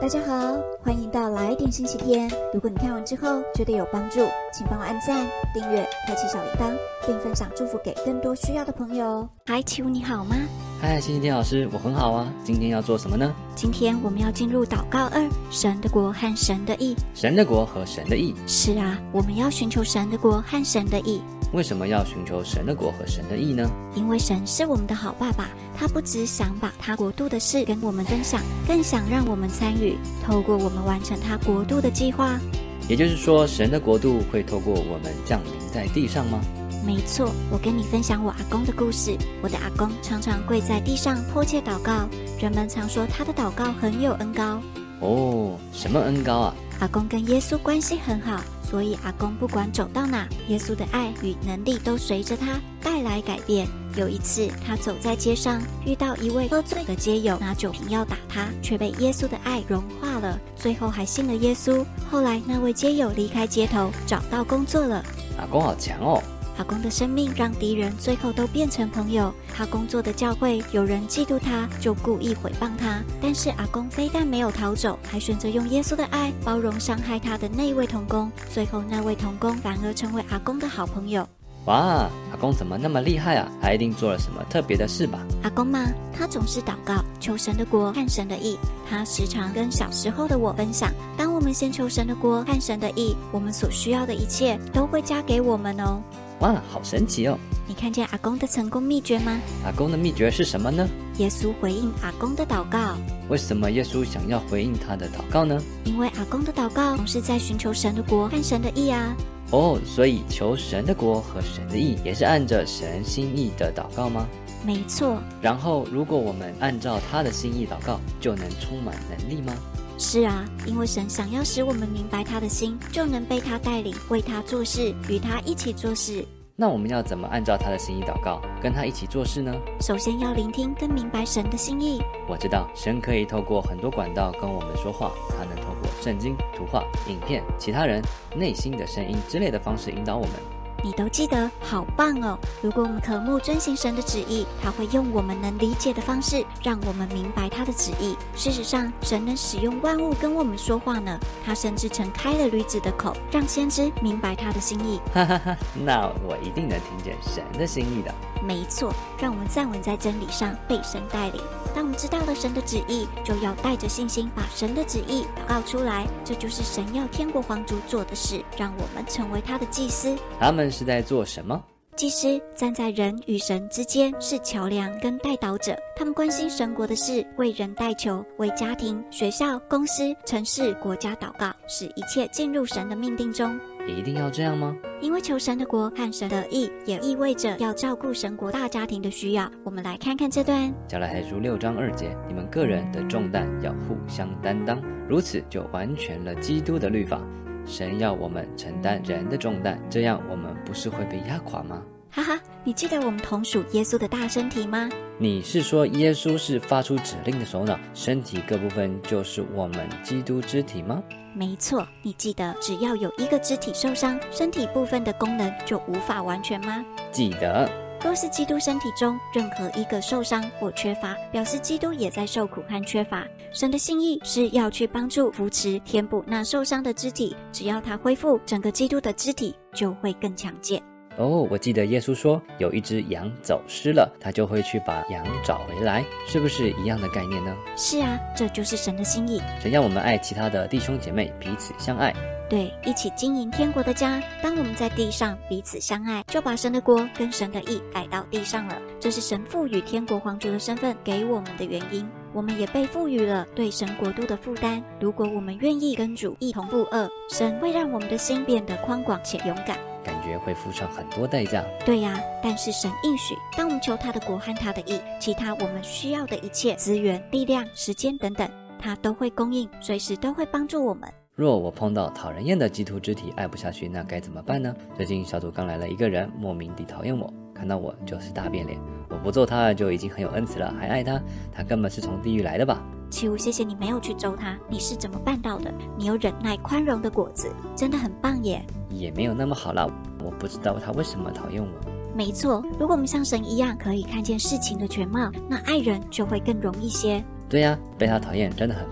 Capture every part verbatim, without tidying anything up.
大家好，欢迎到来点星期天。如果你看完之后觉得有帮助，请帮我按赞、订阅、开启小铃铛，并分享祝福给更多需要的朋友。嗨，启武你好吗？ 嗨，星期天老师，我很好啊。今天要做什么呢？ 今天我们要进入祷告二，神的国和神的义。 神的国和神的义。 是啊，我们要寻求神的国和神的义。 为什么要寻求神的国和神的义呢？ 因为神是我们的好爸爸，他不只想把他国度的事跟我们分享，更想让我们参与，透过我们完成他国度的计划。 也就是说，神的国度会透过我们降临在地上吗？ 没错，我跟你分享我阿公的故事。我的阿公常常跪在地上迫切祷告，人们常说他的祷告很有恩膏。 哦，什么恩膏啊？ 阿公跟耶稣关系很好，所以阿公不管走到哪，耶稣的爱与能力都随着他带来改变。有一次他走在街上，遇到一位喝醉的街友拿酒瓶要打他，却被耶稣的爱融化了，最后还信了耶稣。后来那位街友离开街头，找到工作了。 阿公好强哦。 阿公的生命让敌人最后都变成朋友。他工作的教会有人嫉妒他，就故意毁谤他，但是阿公非但没有逃走，还选择用耶稣的爱包容伤害他的那一位同工。最后那位同工反而成为阿公的好朋友。 哇，阿公怎么那么厉害啊？他一定做了什么特别的事吧？ 阿公嘛，他总是祷告，求神的国和神的义。他时常跟小时候的我分享，当我们先求神的国和神的义，我们所需要的一切都会加给我们哦。 哇，好神奇哦！ 你看见阿公的成功秘诀吗？ 阿公的秘诀是什么呢？ 耶稣回应阿公的祷告。 为什么耶稣想要回应他的祷告呢？ 因为阿公的祷告总是在寻求神的国和神的义啊。 哦，所以求神的国和神的义也是按着神心意的祷告吗？ 没错。 然后如果我们按照他的心意祷告，就能充满能力吗？ 是啊，因为神想要使我们明白他的心，就能被他带领，为他做事，与他一起做事。 那我们要怎么按照他的心意祷告，跟他一起做事呢？ 首先要聆听跟明白神的心意。 我知道神可以透过很多管道跟我们说话，他能透过圣经、图画、影片、其他人内心的声音之类的方式引导我们。 你都记得，好棒哦！如果我们渴慕遵行神的旨意，他会用我们能理解的方式，让我们明白他的旨意。事实上，神能使用万物跟我们说话呢。他甚至曾开了驴子的口，让先知明白他的心意。 哈哈哈，那我一定能听见神的心意的。 没错，让我们站稳在真理上，被神带领。当我们知道了神的旨意，就要带着信心把神的旨意祷告出来。这就是神要天国皇族做的事，让我们成为他的祭司。 他们是在做什么？ 祭司站在人与神之间，是桥梁跟代祷者。他们关心神国的事，为人代求，为家庭、学校、公司、城市、国家祷告，使一切进入神的命定中。 一定要这样吗？ 因为求神的国和神的义，也意味着要照顾神国大家庭的需要。我们来看看这段。 加拉太书六章二节，你们个人的重担要互相担当，如此就完全了基督的律法。神要我们承担人的重担，这样我们不是会被压垮吗？ 哈哈，你记得我们同属耶稣的大身体吗？ 你是说耶稣是发出指令的首脑，身体各部分就是我们基督肢体吗？ 没错，你记得只要有一个肢体受伤，身体部分的功能就无法完全吗？ 记得。 若是基督身体中任何一个受伤或缺乏，表示基督也在受苦和缺乏。神的心意是要去帮助、扶持、填补那受伤的肢体，只要它恢复，整个基督的肢体就会更强健。 哦，我记得耶稣说有一只羊走失了，他就会去把羊找回来，是不是一样的概念呢？ 是啊，这就是神的心意。 神要我们爱其他的弟兄姐妹，彼此相爱。 对，一起经营天国的家。当我们在地上彼此相爱，就把神的国跟神的义带到地上了。这是神赋予天国皇族的身份给我们的原因。我们也被赋予了对神国度的负担。如果我们愿意跟主一同负恶，神会让我们的心变得宽广且勇敢。 感觉会付上很多代价。 对呀、啊，但是神应许，当我们求他的国和他的义，其他我们需要的一切资源、力量、时间等等，他都会供应，随时都会帮助我们。 若我碰到讨人厌的基督肢体爱不下去，那该怎么办呢？最近小组刚来了一个人，莫名地讨厌我，看到我就是大变脸。我不揍他就已经很有恩慈了，还爱他，他根本是从地狱来的吧？ 启武，谢谢你没有去揍他，你是怎么办到的？你有忍耐宽容的果子，真的很棒耶。 也没有那么好啦，我不知道他为什么讨厌我。 没错，如果我们像神一样可以看见事情的全貌，那爱人就会更容易些。 对呀、啊，被他讨厌真的很烦，好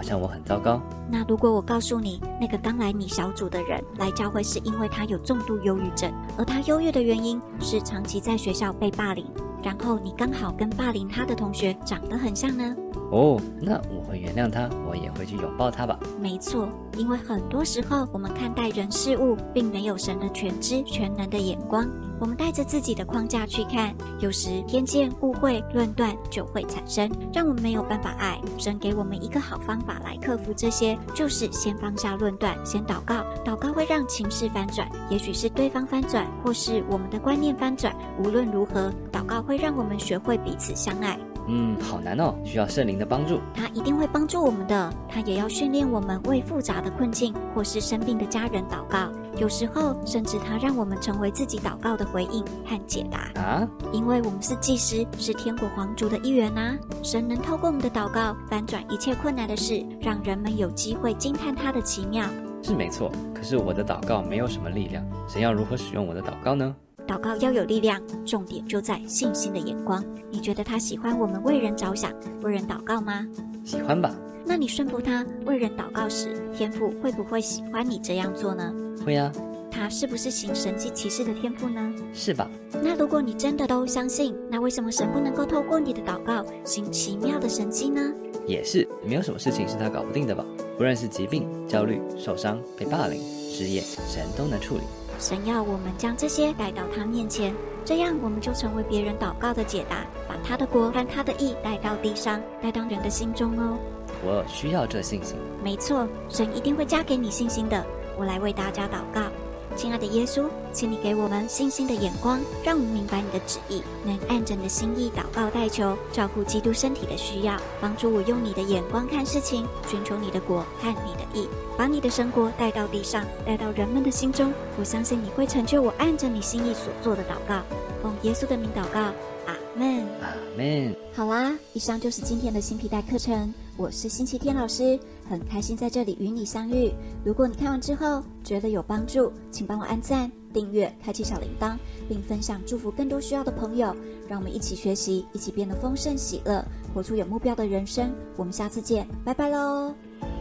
好像我很糟糕。 那如果我告诉你，那个刚来你小组的人来教会是因为他有重度忧郁症，而他忧郁的原因是长期在学校被霸凌，然后你刚好跟霸凌他的同学长得很像呢？ 哦，那我会原谅他，我也会去拥抱他吧。 没错，因为很多时候我们看待人事物并没有神的全知全能的眼光，我们带着自己的框架去看，有时偏见、误会、论断就会产生，让我们没有办法爱。神给我们一个好方法来克服这些，就是先放下论断，先祷告。祷告会让情势翻转，也许是对方翻转，或是我们的观念翻转。无论如何，祷告会让我们学会彼此相爱。 嗯，好难哦，需要圣灵的帮助。 他一定会帮助我们的，他也要训练我们为复杂的困境或是生病的家人祷告。有时候，甚至他让我们成为自己祷告的回应和解答啊！ 因为我们是祭司，是天国皇族的一员啊！神能透过我们的祷告翻转一切困难的事，让人们有机会惊叹他的奇妙。 是没错，可是我的祷告没有什么力量，神要如何使用我的祷告呢？ 祷告要有力量，重点就在信心的眼光。你觉得他喜欢我们为人着想、为人祷告吗？ 喜欢吧。 那你顺服他为人祷告时，天父会不会喜欢你这样做呢？ 会啊。 他是不是行神迹奇事的天父呢？ 是吧？ 那如果你真的都相信，那为什么神不能够透过你的祷告行奇妙的神迹呢？ 也是，没有什么事情是他搞不定的吧？不论是疾病、焦虑、受伤、被霸凌、失业，神都能处理。 神要我们将这些带到他面前，这样我们就成为别人祷告的解答，把他的国和他的义带到地上，带到人的心中哦。 我需要这信心。 没错，神一定会加给你信心的。我来为大家祷告。亲爱的耶稣，请你给我们信心的眼光，让我们明白你的旨意，能按着你的心意祷告代求，照顾基督身体的需要，帮助我用你的眼光看事情，寻求你的国和你的义，把你的神国带到地上，带到人们的心中。我相信你会成就我按着你心意所做的祷告。奉耶稣的名祷告，阿们。 阿们。 好啦，以上就是今天的新皮带课程。我是星期天老师，很开心在这里与你相遇。如果你看完之后觉得有帮助，请帮我按赞、订阅、开启小铃铛，并分享祝福更多需要的朋友。让我们一起学习，一起变得丰盛喜乐，活出有目标的人生。我们下次见，拜拜喽。